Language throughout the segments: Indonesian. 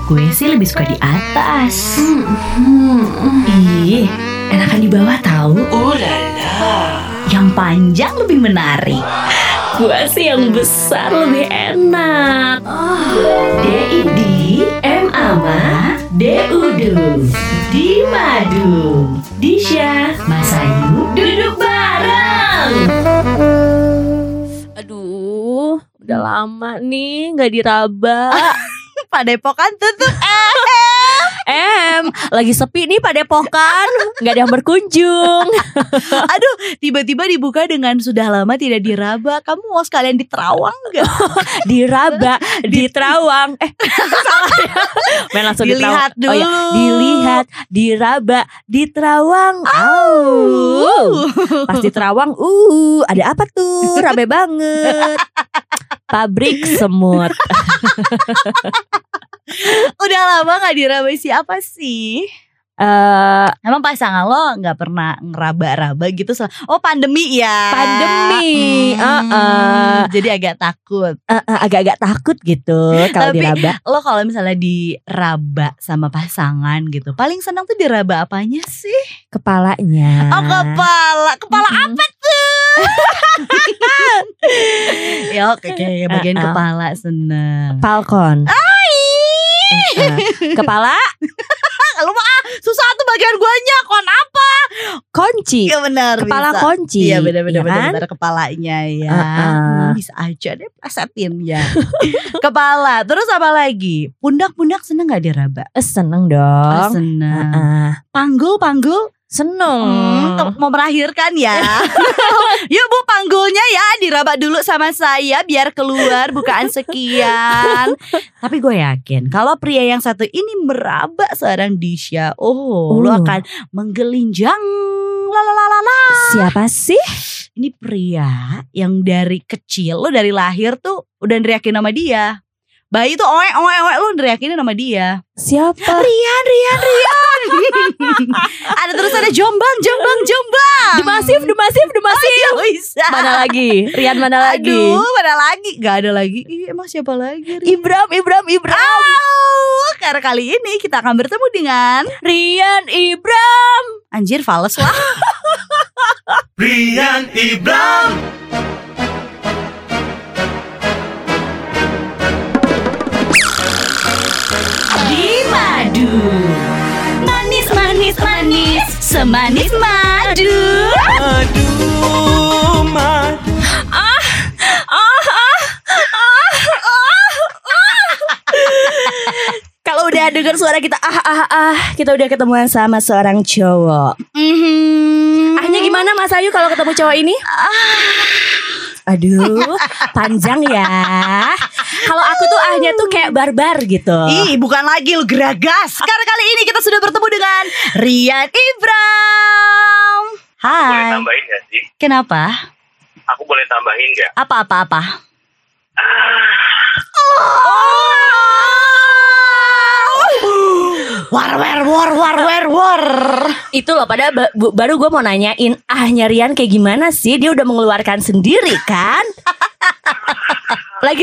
Gue sih lebih suka di atas. Ih, enakan di bawah tahu. Yang panjang lebih menarik. Gue sih yang besar lebih enak. DID, Ama, Deudu, di Madu, Disha, Mas Ayu, duduk bareng. Aduh, udah lama nih gak diraba. Padepokan tutup. Lagi sepi nih Padepokan, gak ada yang berkunjung. Aduh, tiba-tiba dibuka dengan sudah lama tidak diraba. Kamu mau sekalian di Terawang gak? Diraba, di Terawang. Salah ya. Main langsung Dilihat di Terawang. dulu. Oh ya, dilihat, diraba, di Terawang. Pas di Terawang, ada apa tuh? Rame banget. Pabrik semut. Udah lama gak diraba siapa sih? Emang pasangan lo gak pernah ngeraba-raba gitu? Oh, pandemi ya. Pandemi. Jadi agak takut. Agak-agak takut gitu kalau Tapi diraba. lo kalau misalnya diraba sama pasangan gitu, paling senang tuh diraba apanya sih? Kepalanya. Oh, kepala apa tuh? Ya oke, bagian kepala seneng. Falcon. Kepala. Lu mah susah tuh bagian guanya. Kon apa? Kunci. Ya benar. Kepala bisa. kunci. Iya benar-benar ya kan? benar kepalanya ya. Bisa aja deh plesetin ya. Kepala. Terus apa lagi? Pundak-pundak seneng gak diraba? Seneng dong. Seneng. Panggul. Seneng. Mau melahirkan ya. Yuk Bu, panggulnya ya diraba dulu sama saya biar keluar bukaan sekian. Tapi gue yakin kalau pria yang satu ini meraba seorang Disha, lu akan menggelinjang. Lalalala. Siapa sih? Ini pria yang dari kecil, lo dari lahir tuh udah neriakin nama dia. Bayi tuh oe lu neriakin nama dia. Siapa? Rian. Ada Jombang. Demasif. Oh, bisa. Mana lagi? Rian mana lagi? Aduh, mana lagi? Gak ada lagi. Emang siapa lagi? Ibram. Karena kali ini kita akan bertemu dengan Rian Ibram. anjir, fales lah. Rian Ibram. Di Madu, manis, semanis madu. Aduh, madu. Kalau udah denger suara kita kita udah ketemuan sama seorang cowok. Ahnya gimana Mas Ayu kalau ketemu cowok ini? Aduh, panjang ya. Kalau aku tuh ahnya tuh kayak barbar gitu. Ih, bukan lagi lu geragas. Karena kali ini kita sudah bertemu dengan Rian Ibram. Boleh Hai. tambahin gak sih? Kenapa? Aku boleh tambahin gak? Apa? War. Itu loh, pada baru gue mau nanyain ahnya Rian kayak gimana sih? Dia udah mengeluarkan sendiri kan? Lagi.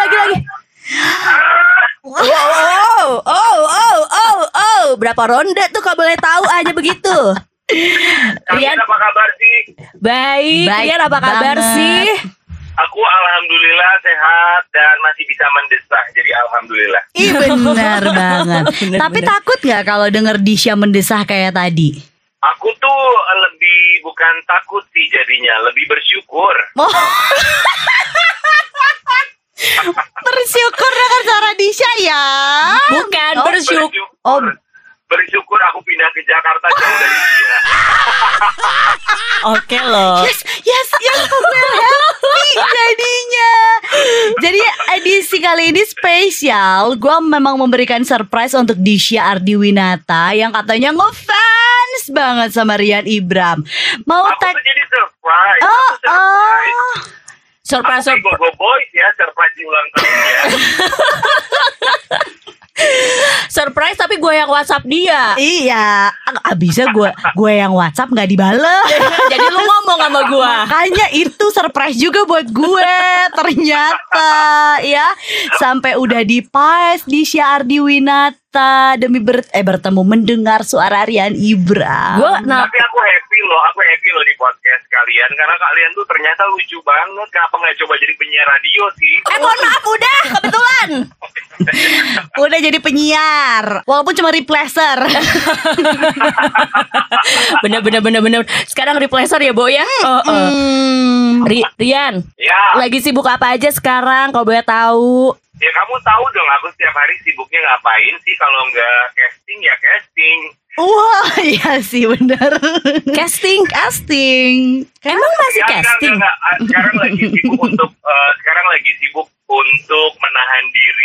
Berapa ronde tuh kalau boleh tahu aja begitu? Kalian apa kabar sih? Baik. Rian apa kabar banget. sih? Aku alhamdulillah sehat dan masih bisa mendesah. Jadi alhamdulillah. Ih, benar banget. Tapi takut gak kalau denger Disha mendesah kayak tadi? Aku tuh lebih bukan takut sih jadinya, lebih bersyukur. Bersyukur dengan suara Disha ya. Bukan Bersyukur. Bersyukur aku pindah ke Jakarta jauh dari dia. Oke loh. Yes, we're happy jadinya. Jadi edisi kali ini spesial. Gue memang memberikan surprise untuk Disha Ardiwinata yang katanya ngefans banget sama Rian Ibram. Mau Aku tuh jadi surprise. Surprise. Aku Go Boys ya, surprise di ulang tahunnya. surprise tapi gue yang WhatsApp dia. Iya, bisa gue yang WhatsApp nggak dibales. Jadi lu ngomong sama gue. Makanya itu surprise juga buat gue ternyata ya. Sampai udah di-paste di Syardi Winata demi bertemu mendengar suara Rian Ibram. Tapi aku happy loh di podcast kalian karena kalian tuh ternyata lucu banget. Kenapa nggak coba jadi penyiar radio sih? Mohon maaf udah kebetulan. Udah jadi penyiar walaupun cuma replacer. Bener. Sekarang replacer ya, Bo ya. Rian, Ya. lagi sibuk apa aja sekarang? Kalau boleh tahu. Ya kamu tahu dong aku setiap hari sibuknya ngapain sih kalau nggak casting ya casting. Wah, iya sih benar. Casting. Emang masih Ya, casting? enggak. Sekarang lagi sibuk untuk menahan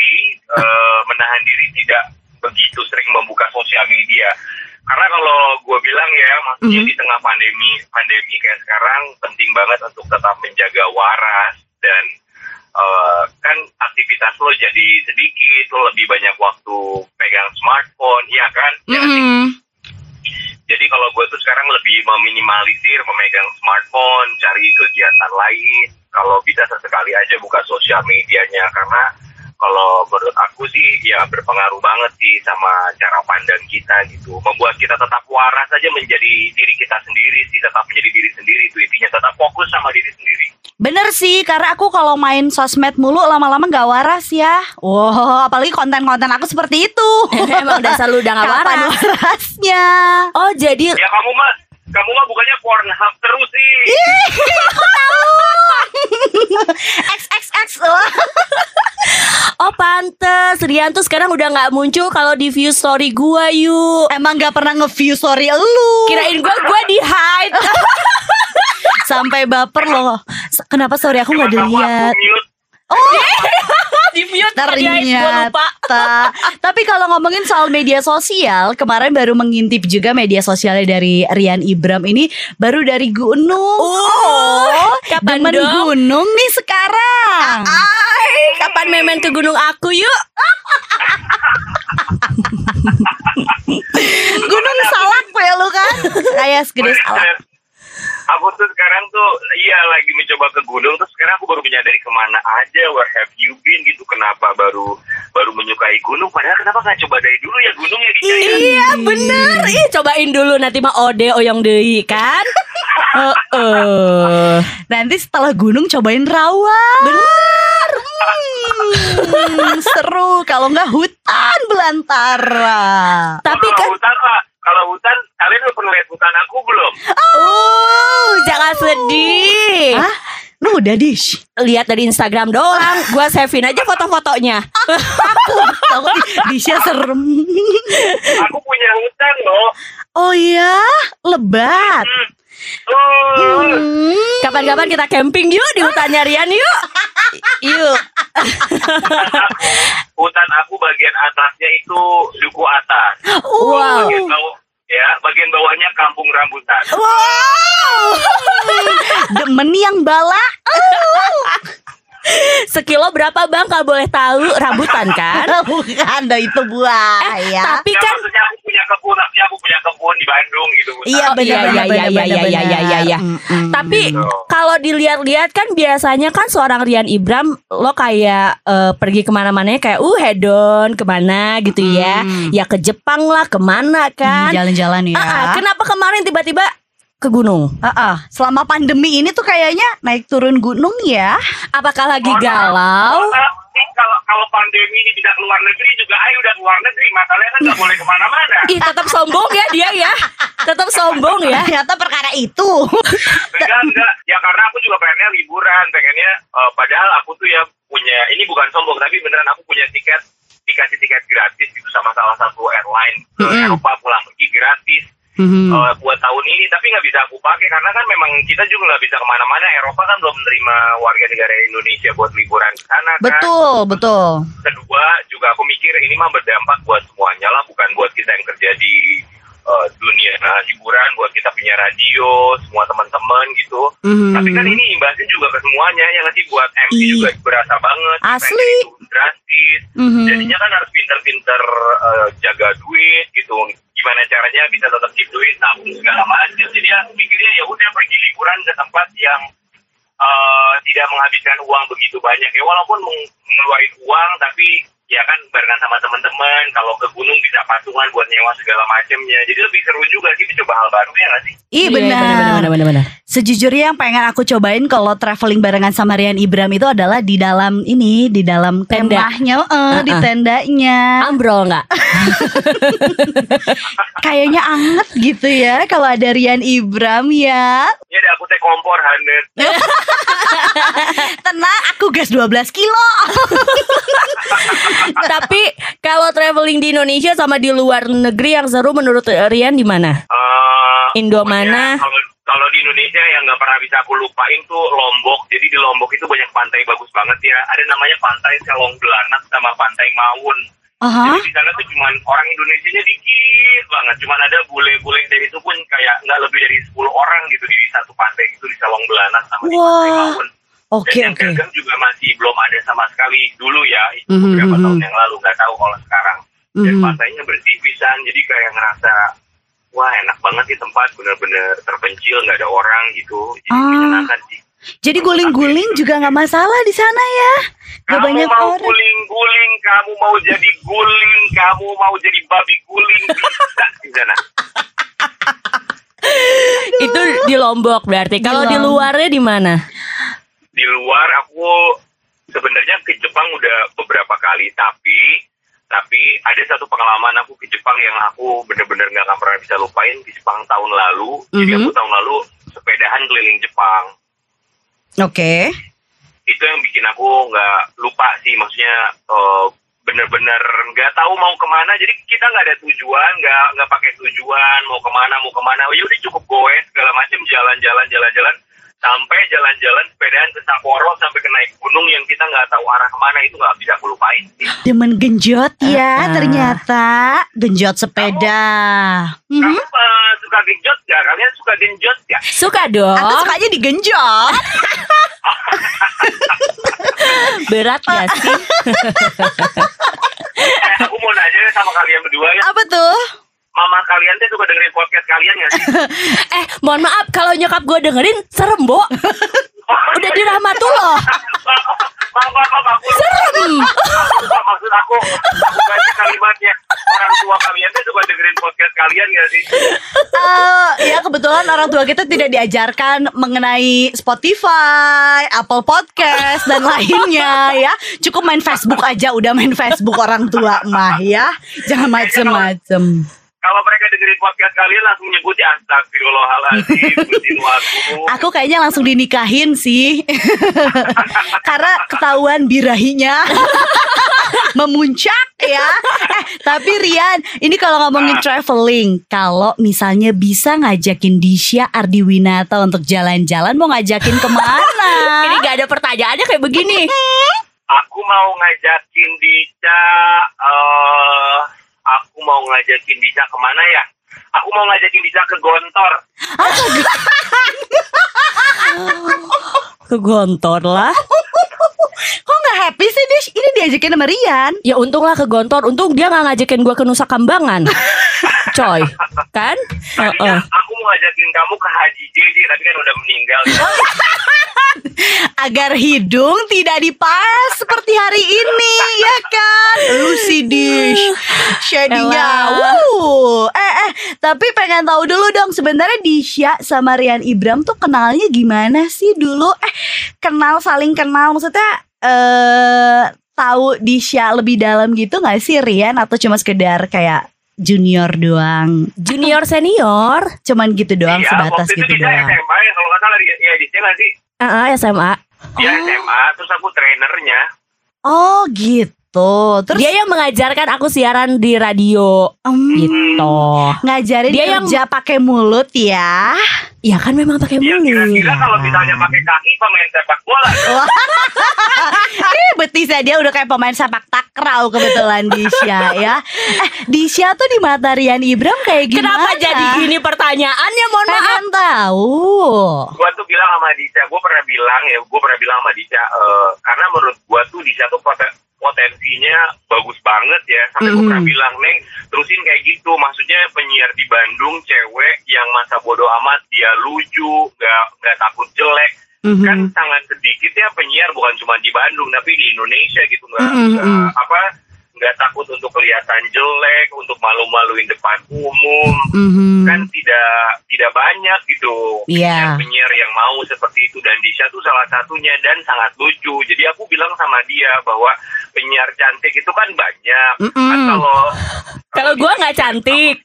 diri tidak begitu sering membuka sosial media. Karena kalau gue bilang ya, maksudnya di tengah pandemi kayak sekarang penting banget untuk tetap menjaga waras dan kan aktivitas lo jadi sedikit, lo lebih banyak waktu pegang smartphone, ya kan? Ya nggak sih? Jadi kalau gue tuh sekarang lebih meminimalisir memegang smartphone, cari kegiatan lain. Kalau bisa sesekali aja buka sosial medianya karena kalau menurut aku sih ya berpengaruh banget sih sama cara pandang kita gitu. Membuat kita tetap waras aja menjadi diri kita sendiri sih, tetap menjadi diri sendiri itu intinya, tetap fokus sama diri sendiri. Bener sih, karena aku kalau main sosmed mulu lama-lama gak waras ya. Wow, apalagi konten-konten aku seperti itu. Emang dasar lu udah gak Kapan waras. warasnya? Oh jadi Ya kamu mah bukannya Pornhub terus sih. XXX. Oh pantes Rian tuh sekarang udah gak muncul kalau di view story gua yuk. Emang gak pernah nge-view story lu. Kirain gua di hide. Sampai baper loh. Kenapa story aku gak dilihat? Di view tadi gua Ternyata. lupa. Tapi kalau ngomongin soal media sosial, kemarin baru mengintip juga media sosialnya dari Rian Ibram ini baru dari gunung. Kapan Demen dong? gunung nih sekarang. Kapan memen ke gunung aku yuk? Gunung Salak ya lu kan? Kayak segede salak. Aku tuh sekarang tuh lagi mencoba ke gunung, terus sekarang aku baru menyadari kemana aja, where have you been gitu. Kenapa baru menyukai gunung, padahal kenapa nggak coba dari dulu ya gunungnya di Jaya. Iya bener. Cobain dulu nanti mah ode oyong deui kan. Nanti setelah gunung cobain rawa. Bener. Seru. Kalau nggak hutan belantara. Tapi kan Kalau hutan, kalian udah pernah lihat hutan aku belum? jangan sedih. Hah? Lu udah dish? Lihat dari Instagram doang. Gua save-in aja foto-fotonya. Tahu dishnya serem. Aku punya hutan loh. Oh iya, lebat. Kapan-kapan kita camping yuk di hutannya Rian yuk. Yuk. Hutan aku bagian atasnya itu duku atas. Wow. Bagian bawahnya kampung rambutan. Demen yang bala. Sekilo berapa bang kalau boleh tahu? Rambutan kan? Bukan, itu buaya. Tapi Ya, kan maksudnya aku punya kebun di Bandung gitu. Iya benar. Iya. Tapi kalau dilihat-lihat kan biasanya kan seorang Rian Ibram lo kayak pergi kemana-mana kayak hedon kemana gitu ya. Ya ke Jepang lah kemana kan. Jalan-jalan ya. Kenapa kemarin tiba-tiba ke gunung? Selama pandemi ini tuh kayaknya naik turun gunung ya. Apakah lagi galau? Kalau pandemi ini bisa keluar negeri juga, ayo udah keluar negeri. Masalahnya kan nggak boleh kemana-mana. Ih tetap sombong ya dia ya. Tetap sombong ya. Ternyata perkara itu. Enggak. Ya karena aku juga pengennya liburan, padahal aku tuh ya punya, ini bukan sombong, tapi beneran aku punya dikasih tiket gratis gitu sama salah satu airline ke Eropa, pulang pergi gratis. Buat tahun ini, tapi nggak bisa aku pakai karena kan memang kita juga nggak bisa kemana-mana. Eropa kan belum menerima warga negara Indonesia buat liburan ke sana kan. Betul. Kedua juga aku mikir ini mah berdampak buat semuanya lah, bukan buat kita yang kerja di dunia hiburan, buat kita punya radio, semua teman-teman gitu. Tapi kan ini imbasnya juga ke semuanya, yang nanti buat MC juga berasa banget. Asli. drastis. Jadinya kan harus pinter-pinter jaga duit gitu. Gimana caranya bisa tetap keep duit, tabung segala macam. Jadi aku mikirnya ya udah pergi liburan ke tempat yang tidak menghabiskan uang begitu banyak. Ya walaupun mengeluarin uang, tapi ya kan barengan sama teman-teman. Kalau ke gunung bisa patungan buat nyewa segala macamnya. Jadi lebih seru juga sih coba hal baru ya nggak sih? Iya benar. Sejujurnya yang pengen aku cobain kalau traveling barengan sama Rian Ibram itu adalah di dalam Tenda. kemahnya, di tendanya. Ambrol nggak? Kayaknya anget gitu ya kalau ada Rian Ibram ya. Ya udah aku teh kompor Hanet. Tenang, aku gas 12 kilo. Tapi kalau traveling di Indonesia sama di luar negeri yang seru menurut Rian di mana? Indo mana? Kalau di Indonesia yang nggak pernah bisa aku lupain tuh Lombok. Jadi di Lombok itu banyak pantai bagus banget ya. Ada namanya Pantai Selong Belanak sama Pantai Maun. Jadi di sana tuh cuman orang Indonesianya dikit banget. Cuman ada bule-bule dari itu pun kayak nggak lebih dari 10 orang gitu di satu pantai itu di Selong Belanak sama di Pantai Maun. Dan yang gagang juga masih belum ada sama sekali dulu ya. Itu beberapa tahun yang lalu, nggak tahu kalau sekarang. Dan pantainya bersih pisan. Jadi kayak ngerasa wah enak banget sih tempat, bener-bener terpencil, nggak ada orang gitu. Jadi menyenangkan sih. Jadi guling-guling juga nggak masalah di sana ya? Gak Kamu banyak mau orang. guling-guling, kamu mau jadi guling, kamu mau jadi babi guling, bisa di sana. Itu di Lombok berarti. Kalau di luarnya di mana? Di luar aku sebenarnya ke Jepang udah beberapa kali, tapi ada satu pengalaman aku ke Jepang yang aku bener-bener nggak akan pernah bisa lupain di Jepang tahun lalu. Jadi aku tahun lalu sepedahan keliling Jepang. Oke. Itu yang bikin aku nggak lupa sih, maksudnya bener-bener nggak tahu mau kemana. Jadi kita nggak ada tujuan, nggak pakai tujuan mau kemana. Ya udah cukup goes segala macam, jalan-jalan sampai jalan-jalan sepedahan ke Sapporo sampai ke naik gunung yang kita nggak tahu arah kemana. Itu nggak bisa aku lupain sih. Demen genjot ya ternyata. Genjot sepeda. Kamu suka genjot nggak? Kalian suka genjot nggak? Suka dong. Aku sukanya digenjot. Berat gak sih? Aku mau nanya sama kalian berdua ya. Apa tuh? Mama kalian tuh suka dengerin podcast kalian nggak sih? Mohon maaf kalau nyokap gue dengerin serem, Bo. Udah di Rahmatullah. Maaf, aku Serem. maksud aku bukan kalimatnya. Orang tua kalian tuh suka dengerin podcast kalian nggak sih? Ya kebetulan orang tua kita tidak diajarkan mengenai Spotify, Apple Podcast dan lainnya ya. Cukup main Facebook aja, udah main Facebook orang tua mah ya. Jangan macem-macem. Kalau mereka dengerin podcast kalian langsung nyebut ya astagfirullahaladzim, Gusti aku. Aku kayaknya langsung dinikahin sih. Karena ketahuan birahinya memuncak ya. Tapi Rian, ini kalau ngomongin traveling, kalau misalnya bisa ngajakin Disha Ardiwinata untuk jalan-jalan, mau ngajakin kemana? Ini gak ada pertanyaannya kayak begini. Aku mau ngajakin Disha kemana ya? Aku mau ngajakin Disha ke Gontor. Ke Gontor lah. Kok gak happy sih Dish? Ini diajakin sama Rian. Ya untung lah ke Gontor. Untung dia gak ngajakin gue ke Nusa Kambangan. Coy, kan? Tadinya aku mau ngajakin kamu ke Haji JJ, tapi kan udah meninggal. Agar hidung tidak dipas seperti hari ini, ya kan? Lu si Dish shadingnya. Tapi pengen tahu dulu dong, sebenarnya Disha sama Rian Ibram tuh kenalnya gimana sih dulu? Saling kenal maksudnya tahu Disha lebih dalam gitu nggak sih Rian, atau cuma sekedar kayak junior doang? Junior senior. Cuman gitu doang, iya, sebatas waktu gitu itu Disha doang. SMA ya kalau nggak salah ya Disha nggak sih? SMA. Dia SMA, terus aku trainernya. Oh gitu. Terus Dia yang mengajarkan aku siaran di radio gitu. ngajarin Dia yang- kerja pakai mulut ya. Ya kan memang pakai Ya mulut. kira-kira kalau misalnya pakai kaki pemain sepak bola. Betisnya dia udah kayak pemain sepak takraw kebetulan Disha ya. Disha tuh di mata Rian Ibram kayak gimana? Kenapa jadi gini pertanyaannya? Mohon maaf. Pengen tahu. Gue tuh bilang sama Disha, gue pernah bilang sama Disha, karena menurut gue tuh Disha tuh potensinya bagus banget ya. Sampai gue pernah bilang, Neng, terusin kayak gitu. Maksudnya penyiar di Bandung, cewek yang masa bodo amat, dia lucu, nggak takut jelek. Kan sangat sedikit ya penyiar, bukan cuma di Bandung, tapi di Indonesia gitu. Nggak takut untuk kelihatan jelek, untuk malu-maluin depan umum, kan tidak banyak gitu penyiar yang mau seperti itu, dan Disha tuh salah satunya dan sangat lucu. Jadi aku bilang sama dia bahwa penyiar cantik itu kan banyak. Kan kalau gue nggak cantik,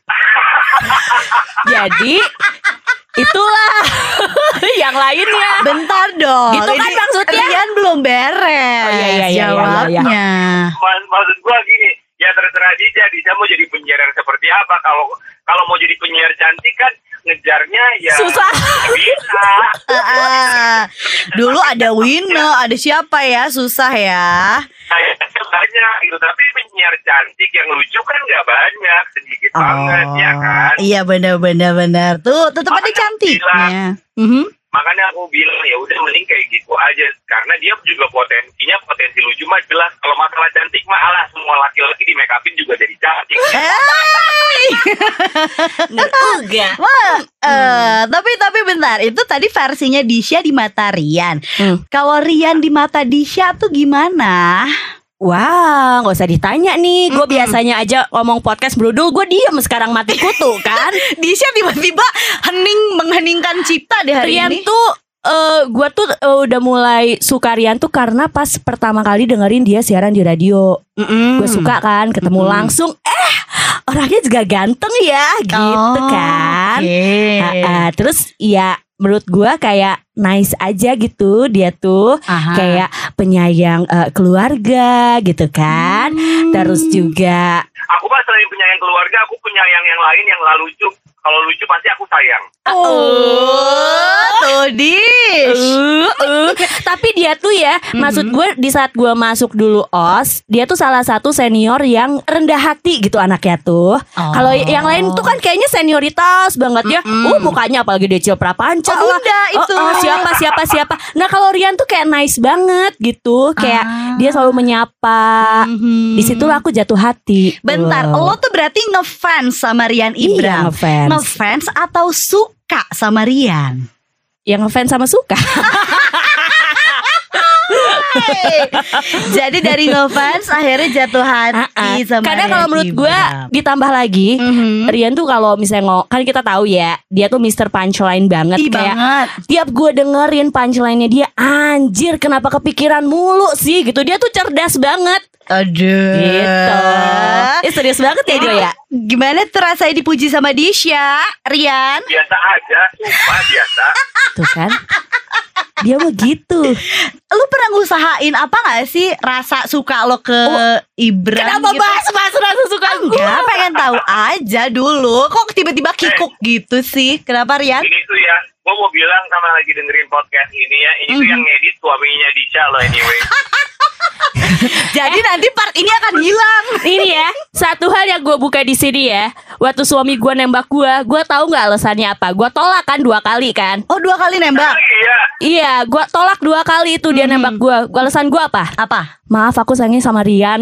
jadi itulah yang lainnya. Bentar dong. Gitu kan maksudnya? Rian belum beres. Oh, iya, jawabnya. Maksud gua gini, ya terserah Disha mau jadi penyiar yang seperti apa. Kalau mau jadi penyiar cantik kan ngejarnya ya susah. Bisa. Dulu ada Wina, ada siapa ya, susah ya. Kayaknya banyak gitu, tapi penyiar cantik yang lucu kan nggak banyak, sedikit banget ya kan. Iya benar. Tuh tetap ada cantiknya. Makanya aku bilang ya udah mending kayak gitu aja, karena dia juga potensi lucu mah jelas. Kalau masalah cantik mah alah, semua laki-laki di make upin juga jadi cantik. Enggak. Tapi bentar, itu tadi versinya Disha di mata Rian. Kalau Rian di mata Disha tuh gimana? Wah, gak usah ditanya nih. Gue biasanya aja ngomong podcast brudul, gue diem, sekarang mati kutu kan. Disha tiba-tiba mengheningkan cipta deh hari Rian ini. tuh gue tuh udah mulai suka Rian tuh karena pas pertama kali dengerin dia siaran di radio. Gue suka kan, ketemu langsung, orangnya juga ganteng ya, gitu kan. Terus ya menurut gue kayak nice aja gitu, dia tuh kayak penyayang keluarga gitu kan. Terus juga aku mah selain penyayang keluarga, aku penyayang yang lain yang lucu. Kalau lucu pasti aku sayang. Tuh Dish. Tapi dia tuh ya, maksud gue di saat gue masuk dulu OS, dia tuh salah satu senior yang rendah hati gitu anaknya tuh. Kalau yang lain tuh kan kayaknya senioritas banget ya. Mukanya apalagi Decil Prapanca lah. Udah itu. Siapa. Nah kalau Rian tuh kayak nice banget gitu, kayak dia selalu menyapa. Di situ aku jatuh hati. Bentar, lo tuh berarti ngefans sama Rian Ibram. Iya, ngefans atau suka sama Rian? Yang ngefans sama suka. Jadi dari ngefans akhirnya jatuh hati sama karena Rian kalau menurut gue ditambah lagi, Rian tuh kalau misalnya kan kita tahu ya, dia tuh Mr. Punchline banget. Banget. Tiap gue dengerin punchline-nya dia, anjir kenapa kepikiran mulu sih gitu. Dia tuh cerdas banget. Aduh. Gitu. Serius banget ya dia ya. Gimana tuh rasanya dipuji sama Disha, Rian? Biasa aja, sumpah biasa. Tuh kan, dia mah gitu. Lu pernah ngusahain apa gak sih rasa suka lo ke Ibram? Kenapa gitu? bahas rasa suka gue? Enggak, pengen tahu aja dulu. Kok tiba-tiba kikuk gitu sih? Kenapa Rian? Ini tuh ya, gue mau bilang sama lagi dengerin podcast ini ya, ini tuh yang ngedit suaminya Disha loh anyway. Jadi nanti part ini akan hilang. Ini ya, satu hal yang gue buka di sini ya. Waktu suami gue nembak gue tahu nggak alasannya apa? Gue tolak kan 2 kali kan. Oh 2 kali nembak? Iya. Iya, gue tolak 2 kali itu dia nembak gue. Alasan gue apa? Apa? Maaf, aku sayangnya sama Rian.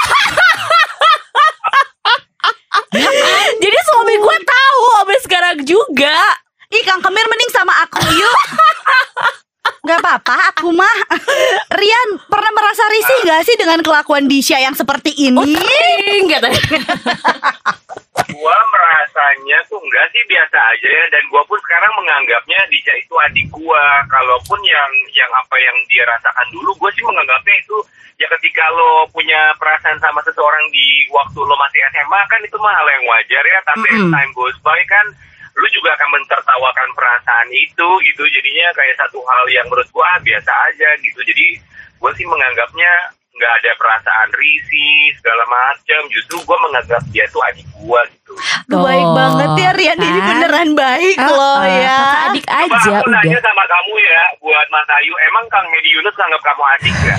Jadi suami gue tahu sampai sekarang juga. Ih Kang Kemir mending sama aku yuk. Gak apa-apa, aku mah. Rian, pernah merasa risih gak sih dengan kelakuan Disha yang seperti ini? Enggak tadi. Gua merasanya tuh enggak sih, biasa aja ya. Dan gua pun sekarang menganggapnya Disha itu adik gua. Kalaupun yang apa yang dia rasakan dulu, gua sih menganggapnya itu ya ketika lo punya perasaan sama seseorang di waktu lo masih SMA kan itu mah hal yang wajar ya. Tapi as time goes by kan lu juga akan mentertawakan perasaan itu gitu. Jadinya kayak satu hal yang menurut gua biasa aja gitu. Jadi gua sih menganggapnya nggak ada perasaan risih segala macam. Justru gua menganggap dia tuh adik gua gitu. Baik banget ya Rian, ini beneran baik loh ya. Kakak adik Coba aja aku udah. nanya sama kamu ya, buat Mas Ayu, emang Kang Medi Yunus nganggap kamu adik gak?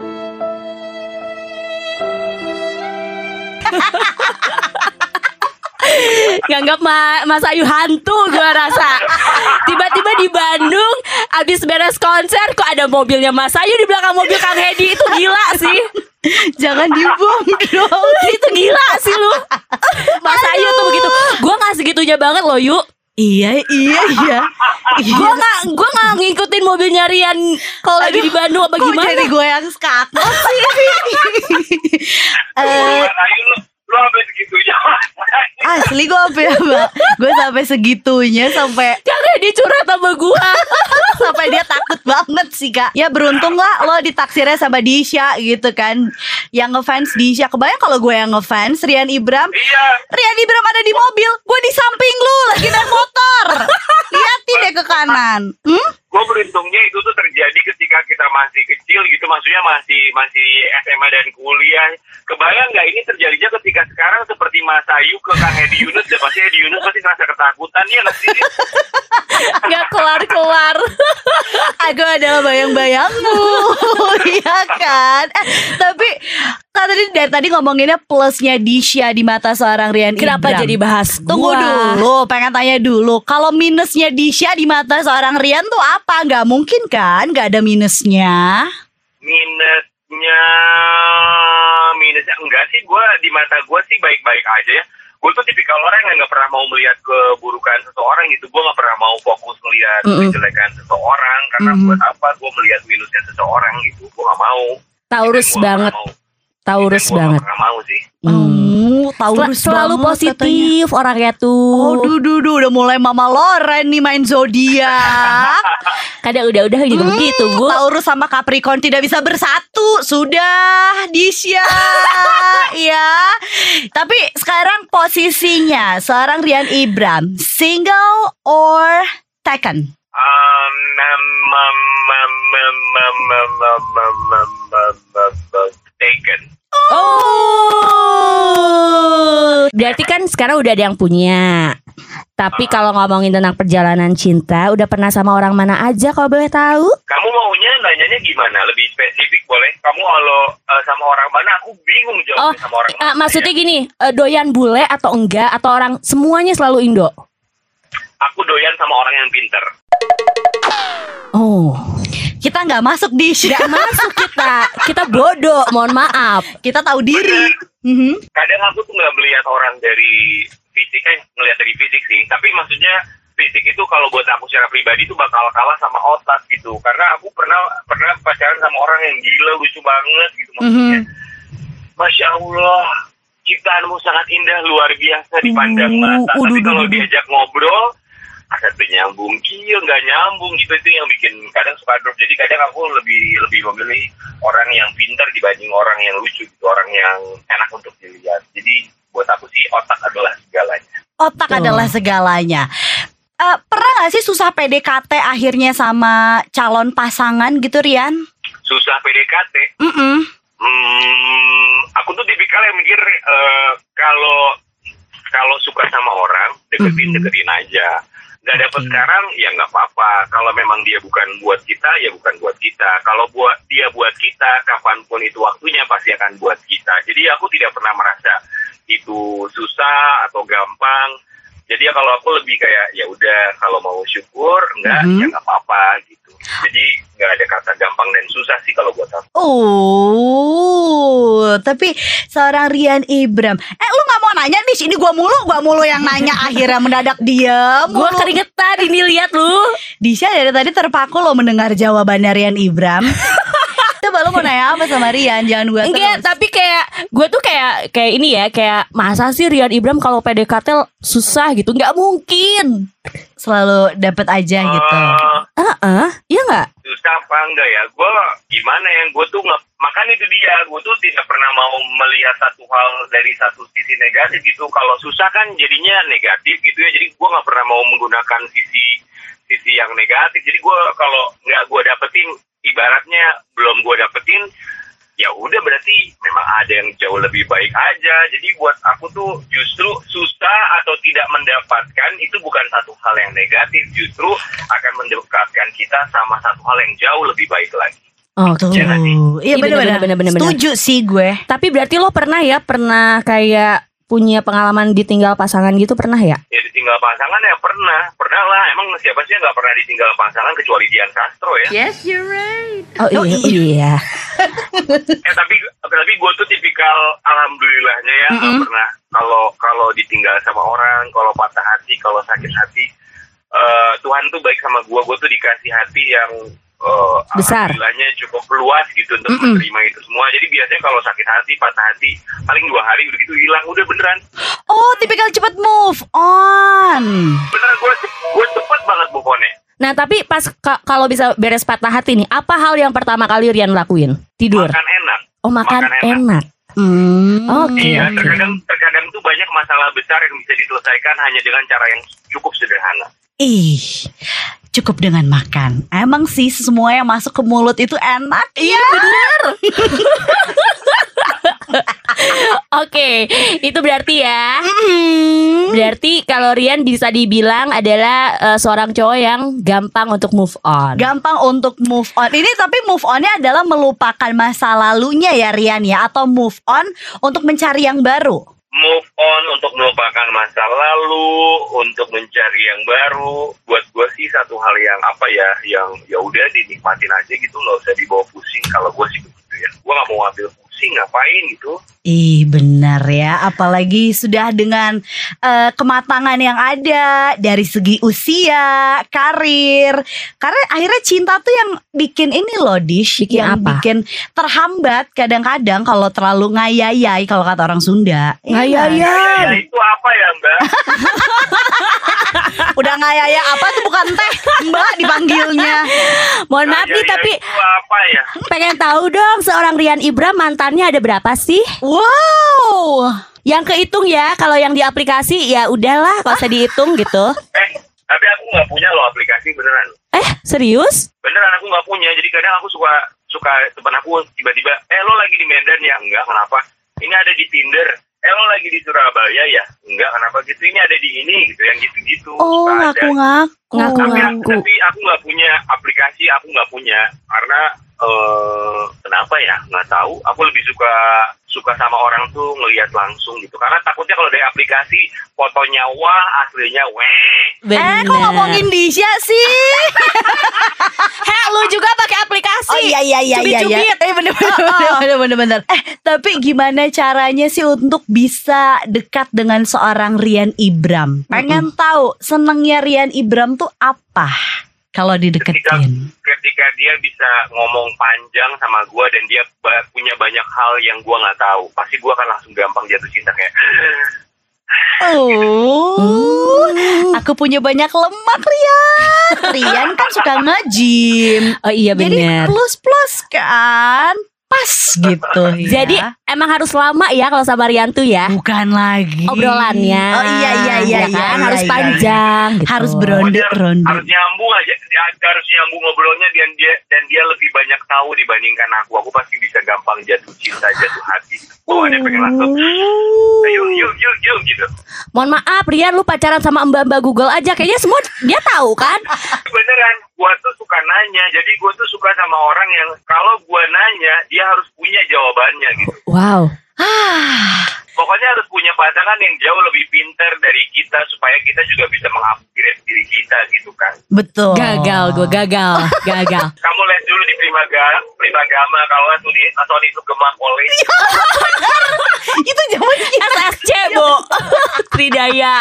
Nganggap Mas Ayu hantu gue rasa. Tiba-tiba di Bandung abis beres konser kok ada mobilnya Mas Ayu di belakang mobil Kang Hedi. Itu gila sih. Jangan dibom dong. Itu gila sih lu. Mas Ayu tuh begitu. Gue gak segitunya banget loh Yu. Iya. Gue gak ngikutin mobilnya Rian kalau lagi di Bandung apa Kok gimana. jadi gue yang skakmat sih? Ayu lu sampai segitunya. Asli gue sampai segitunya sampai Jangan dicurhat sama gue. sampai dia takut banget sih Kak. Ya beruntung lah lo ditaksirnya sama Disha gitu kan. Yang ngefans Disha. Kebayang kalau gue yang ngefans Rian Ibram. Iya. Rian Ibram ada di mobil, gue di samping lu lagi naik motor. Liatin deh ke kanan. Gue beruntungnya itu tuh terjadi ketika kita masih kecil gitu, maksudnya masih SMA dan kuliah. Kebayang nggak ini terjadinya ketika sekarang seperti Mas Ayu ke Kang Hedi Yunus, ya pasti Hedi Yunus pasti ngerasa ketakutan ya nanti. Gak kelar-kelar. Aku adalah bayang-bayangmu. Iya kan. Tapi kan dari tadi ngomonginnya plusnya Disha di mata seorang Rian Kenapa Ibram. jadi bahas Tunggu gua? dulu, pengen tanya dulu. Kalau minusnya Disha di mata seorang Rian tuh apa? Gak mungkin kan? Gak ada minusnya. Minusnya enggak sih, gue di mata gue sih baik-baik aja ya. Gue tuh tipikal orang yang nggak pernah mau melihat keburukan seseorang gitu. Gue nggak pernah mau fokus melihat kejelekan seseorang, karena buat apa gue melihat minusnya seseorang gitu. Gue nggak mau. Taurus Gua banget. nggak mau. Taurus Gua banget. nggak mau sih. Taurus Selalu banget positif orangnya tuh. Oh, udah mulai Mama Loren nih main zodiak. Kadang udah juga begitu Bu. Taurus sama Capricorn tidak bisa bersatu. Sudah, Disha. Ya. Tapi sekarang posisinya seorang Rian Ibram, single or taken? Taken. Oh, berarti kan sekarang udah ada yang punya. Tapi kalau ngomongin tentang perjalanan cinta, udah pernah sama orang mana aja kalau boleh tahu? Kamu maunya nanyanya gimana? Lebih spesifik boleh? Kamu kalau sama orang mana? Aku bingung jawabnya sama orang mana. Maksudnya gini, doyan bule atau enggak? Atau orang semuanya selalu Indo? Aku doyan sama orang yang pinter. Oh, Kita nggak masuk Disha. nggak masuk kita bodoh, mohon maaf. Kita tahu diri. Kadang aku tuh nggak melihat orang dari fisik, ngelihat dari fisik sih. Tapi maksudnya fisik itu kalau buat aku secara pribadi tuh bakal kalah sama otak gitu. Karena aku pernah pacaran sama orang yang gila, lucu banget gitu maksudnya. Masya Allah, ciptaanmu sangat indah, luar biasa dipandang mata. Tapi kalau diajak ngobrol, ada tuh nyambung, nggak nyambung gitu. Itu yang bikin kadang suka drop. Jadi kadang aku lebih memilih orang yang pintar dibanding orang yang lucu gitu, orang yang enak untuk dilihat. Jadi buat aku sih otak adalah segalanya. Otak adalah segalanya. Pernah gak sih susah PDKT akhirnya sama calon pasangan gitu Rian? Susah PDKT. Aku tuh tipikal yang mikir kalau suka sama orang deketin aja. Gak dapet sekarang ya nggak apa-apa. Kalau memang dia bukan buat kita ya bukan buat kita. Kalau dia buat kita, kapanpun itu waktunya pasti akan buat kita. Jadi aku tidak pernah merasa itu susah atau gampang. Jadi ya kalau aku lebih kayak ya udah, kalau mau syukur, enggak ya nggak apa-apa gitu. Jadi nggak ada kata gampang dan susah sih kalau buat aku. Tapi seorang Rian Ibram, lu nggak mau nanya nih? Ini gua mulu yang nanya. Akhirnya mendadak diam. Gue keringetan ini lihat lu. Disha dari tadi terpaku lo mendengar jawabannya Rian Ibram. Coba lu mau nanya apa sama Rian? Jangan gua Enggak, terus. tapi kayak gue tuh kayak ini ya, kayak masa sih Rian Ibram kalau PDKT susah gitu? Nggak mungkin. Selalu dapet aja gitu. Iya nggak? Susah apa enggak ya? Gue gimana ya? Gue tuh nggak, makanya itu dia. Gue tuh tidak pernah mau melihat satu hal dari satu sisi negatif gitu. Kalau susah kan jadinya negatif gitu ya. Jadi gue nggak pernah mau menggunakan sisi yang negatif. Jadi gue kalau nggak gue dapetin, ibaratnya belum gue dapetin, ya udah berarti memang ada yang jauh lebih baik aja. Jadi buat aku tuh justru susah atau tidak mendapatkan itu bukan satu hal yang negatif, justru akan mendekatkan kita sama satu hal yang jauh lebih baik lagi. Oh tuh. Iya benar-benar. Setuju sih gue. Tapi berarti lo pernah kayak punya pengalaman ditinggal pasangan gitu pernah ya? Ya ditinggal pasangan ya pernah lah. Emang siapa sih yang nggak pernah ditinggal pasangan kecuali Dian Sastro ya? Yes, you're right. Oh iya. Tapi gue tuh tipikal alhamdulillahnya ya nggak pernah kalau ditinggal sama orang, kalau patah hati, kalau sakit hati, Tuhan tuh baik sama gue tuh dikasih hati yang besar, alhamdulillahnya cukup luas gitu untuk menerima itu semua. Jadi biasanya kalau sakit hati, patah hati, paling 2 hari udah gitu hilang, udah beneran. Oh, tipikal cepet move on. Beneran gue cepet banget move on-nya. Nah tapi pas kalau bisa beres patah hati nih, apa hal yang pertama kali Rian lakuin? Tidur. Makan enak. Oh makan enak. Oke. Iya, terkadang tuh banyak masalah besar yang bisa diselesaikan hanya dengan cara yang cukup sederhana. Ih, cukup dengan makan. Emang sih semua yang masuk ke mulut itu enak. Iya benar. Oke, itu berarti ya. Berarti kalau Rian bisa dibilang adalah seorang cowok yang gampang untuk move on. Gampang untuk move on. Ini tapi move onnya adalah melupakan masa lalunya ya Rian ya, atau move on untuk mencari yang baru. Move on untuk melupakan masa lalu, untuk mencari yang baru. Buat gue sih satu hal yang yang ya udah dinikmatin aja gitu, nggak usah dibawa pusing. Kalau gue sih begitu ya, gue nggak mau ngambil pusing, ngapain gitu. Ih benar ya, apalagi sudah dengan kematangan yang ada dari segi usia, karir. Karena akhirnya cinta tuh yang bikin ini loh Dish, Bikin yang apa? bikin terhambat kadang-kadang kalau terlalu ngayayai kalau kata orang Sunda. Ngayayai. Ya itu apa ya Mbak? Udah ngayaya apa tuh, bukan teh Mbak dipanggilnya. Mohon maaf nih Ya, tapi itu apa ya? pengen tahu dong seorang Rian Ibram mantannya ada berapa sih? Wow. Yang kehitung ya, kalau yang di aplikasi ya udahlah, kalau usah dihitung gitu. Tapi aku nggak punya loh aplikasi beneran. Serius? Beneran aku nggak punya. Jadi kadang aku suka teman aku tiba-tiba, lo lagi di Medan ya? Enggak, kenapa? Ini ada di Tinder. Lo lagi di Surabaya ya? Enggak, kenapa gitu? Ini ada di ini gitu, yang gitu-gitu. Oh, Suka ada. ngaku-ngaku. Tapi aku nggak punya aplikasi, aku nggak punya karena kenapa ya? Nggak tahu. Aku lebih suka sama orang tuh ngelihat langsung gitu. Karena takutnya kalau dari aplikasi fotonya wah, aslinya weh. Kok ngomongin Disha sih? Lu juga pakai aplikasi? Oh iya. Cubit-cubit. Bener. Tapi gimana caranya sih untuk bisa dekat dengan seorang Rian Ibram? Pengen tahu senengnya Rian Ibram tuh apa kalau dideketin? Ketika dia bisa ngomong panjang sama gue dan dia punya banyak hal yang gue nggak tahu, pasti gue akan langsung gampang jatuh cinta kayak. Aku punya banyak lemak Rian. Rian kan suka nge-gym. Oh iya Jadi benar. plus kan pas gitu ya. Jadi emang harus lama ya kalau sama Rian tuh ya? Bukan lagi obrolannya. Oh iya Ya kan? Harus panjang gitu. Harus Pokoknya ronde. harus nyambung aja, harus nyambung ngobrolnya dan dia lebih banyak tahu dibandingkan aku. Aku pasti bisa gampang jatuh cinta, jatuh hati. Ada pengen langsung, yuk gitu. Mohon maaf Rian, lu pacaran sama mbak-mbak Google aja, kayaknya semua dia tahu kan? Beneran, gue tuh suka nanya. Jadi gue tuh suka sama orang yang kalau gue nanya, dia harus punya jawabannya gitu. Wow. Pokoknya harus punya pasangan yang jauh lebih pintar dari kita supaya kita juga bisa mengupgrade diri kita gitu kan. Betul. Gagal. Kamu lihat dulu di Primagama kalau Tony itu gemak oleh. Itu zamannya SSC Bu Tridaya.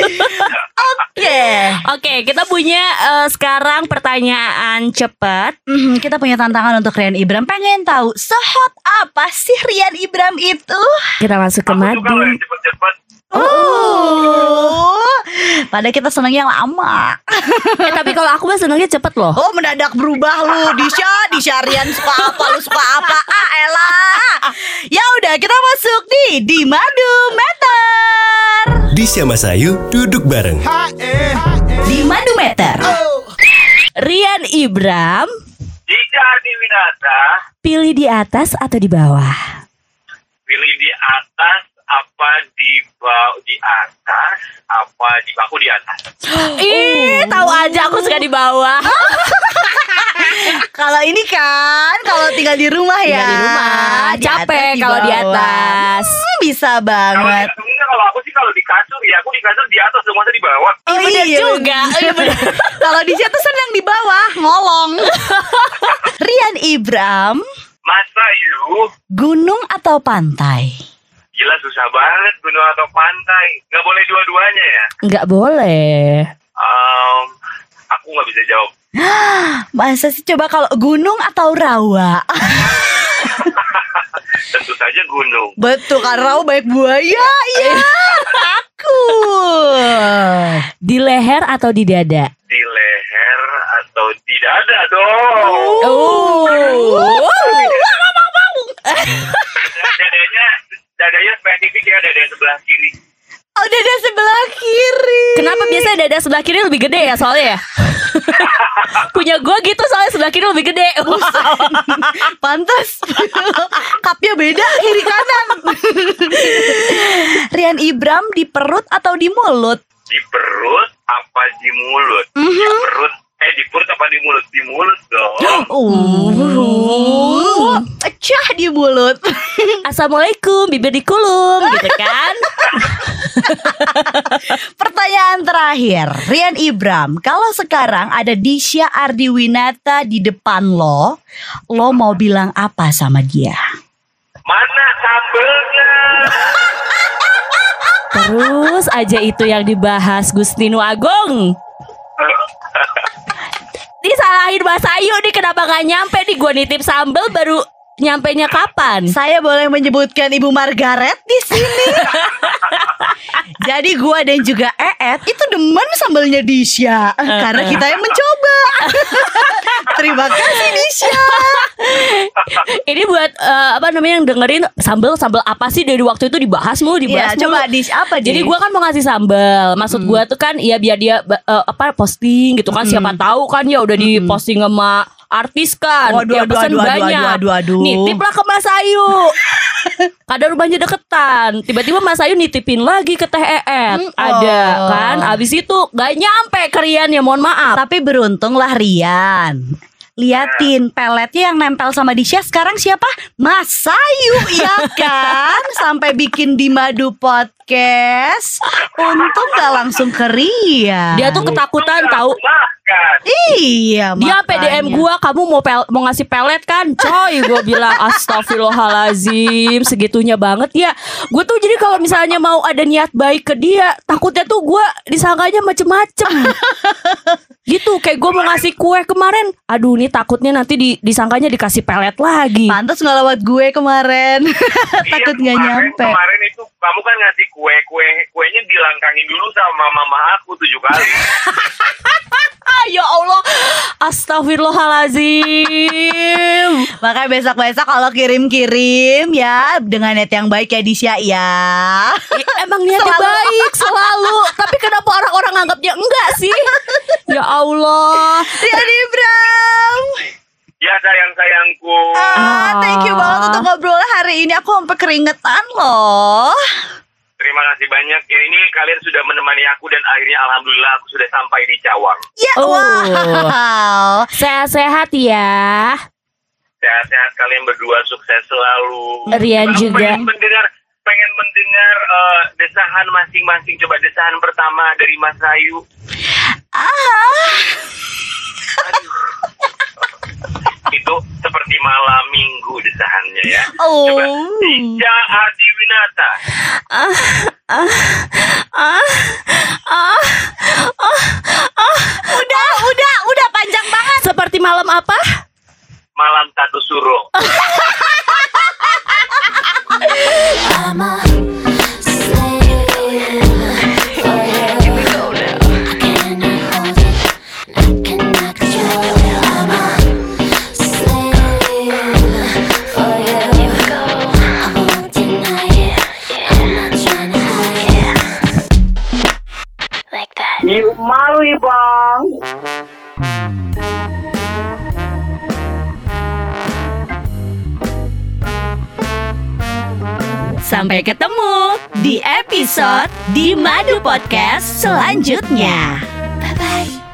Oke, kita punya sekarang pertanyaan cepat. Kita punya tantangan untuk Rian Ibram. Pengen tahu sehot apa sih Rian Ibram itu? Kita masuk ke Aku suka Madu. yang cepet-cepet. Padahal kita senangnya lama. Tapi kalau aku mah senangnya cepet loh. Oh, mendadak berubah lu. Disha Rian suka apa, lu suka apa? Elah. Ya udah, kita masuk di Madu Meter. Disha Mas Ayu duduk bareng. Di Madu Meter. Rian Ibram, Jika Adiwinata pilih di atas atau di bawah? pilih di atas apa di atas apa di aku di atas. Ih, tahu aja aku suka di bawah. Kalau ini kan, kalau tinggal di rumah ya. Tinggal di rumah, Di capek atas, kalau di bawah. atas. Bisa Kalau banget. kalau aku sih kalau di kasur ya aku di kasur di atas dong, masa di bawah. Oh Bener iya juga. Iya, bener. Kalau di situ senang di bawah, ngolong. Rian Ibram, Mas Ayu, gunung atau pantai? gila susah banget gunung atau pantai. Nggak boleh dua-duanya ya. Nggak boleh. Aku nggak bisa jawab. Masa sih, coba kalau gunung atau rawa? Tentu saja gunung. Betul kan, rawa banyak buaya. Iya, takut. Di leher atau di dada? Di leher atau di dada dong. Dadanya spesifik ya, dada sebelah kiri. Oh, dada sebelah kiri. Kenapa biasanya dada sebelah kiri lebih gede ya soalnya ya? Punya gue gitu soalnya sebelah kiri lebih gede. Pantas. Kapnya beda kiri kanan. Rian Ibram, di perut atau di mulut? Di perut apa di mulut? Di perut. Di perut apa di mulut? Di mulut dong. Pecah di mulut. Assalamualaikum, bibir dikulum gitu kan. Pertanyaan terakhir, Rian Ibram, kalau sekarang ada Disha Ardiwinata di depan lo mau bilang apa sama dia? Mana sambelnya? Terus aja itu yang dibahas Gustino Agung. Disalahin Mas Ayu nih, kenapa gak nyampe nih? Gue nitip sambel baru nyampenya kapan? Saya boleh menyebutkan Ibu Margaret di sini. Jadi gua dan juga Eet itu demen sambelnya Disha karena kita yang mencoba. Terima kasih Disha. Ini buat yang dengerin sambel apa sih dari waktu itu dibahas mulu. Iya, coba Disha apa Jadi Dis? gua kan mau ngasih sambel. Maksud gua tuh kan ya biar dia posting gitu kan. Siapa tahu kan ya udah diposting sama artis kan. Waduh, yang pesen banyak. Nitip lah ke Mas Ayu. Kadang rumahnya deketan. Tiba-tiba Mas Ayu nitipin lagi ke Teh Eet. Ada kan. Abis itu gak nyampe ke Rian ya, mohon maaf. Tapi beruntung lah Rian. Liatin peletnya yang nempel sama Disha sekarang siapa? Mas Ayu, ya kan? Sampai bikin di Madu Podcast. Untung gak langsung ke Rian. Dia tuh ketakutan tahu. Iya, Dia makanya. PDM gua, kamu mau ngasih pelet kan? Coy, gua bilang astagfirullahalazim, segitunya banget ya. Gue tuh jadi kalau misalnya mau ada niat baik ke dia, takutnya tuh gua disangkanya macem-macem. Gitu, kayak gue mau ngasih kue kemarin. Aduh, nih takutnya nanti disangkanya dikasih pelet lagi. Pantas gak lewat gue kemarin. Takut gak nyampe. Kemarin itu kamu kan ngasih kuenya dilangkangin dulu sama mama aku 7 kali. Ya Allah, astagfirullahalazim. Makanya besok-besok kalau kirim-kirim ya dengan niat yang baik ya Disha ya. Emang niatnya baik selalu. Tapi kenapa orang-orang anggapnya enggak sih? Ya Allah. Rian Ibram. Ya sayang-sayangku. Thank you banget untuk ngobrolnya hari ini. Aku sampai keringetan loh. Terima kasih banyak ya, ini kalian sudah menemani aku dan akhirnya alhamdulillah aku sudah sampai di Cawang. Ya, wow. Sehat-sehat ya. Sehat-sehat kalian berdua, sukses selalu. Rian Aku juga. pengen mendengar desahan masing-masing. Coba desahan pertama dari Mas Ayu. Itu seperti malam minggu desahannya ya. Coba Disha Ardiwinata. Udah panjang banget. Seperti malam apa? Malam satu suruh. I'm a slave for you. Here we go now. I cannot hold it. I cannot control it. I'm a slave for you. Here we go. I won't deny it. I'm not trying to hide it. Like that. Malu ya bang. Sampai ketemu di episode di Madu Podcast selanjutnya. Bye bye.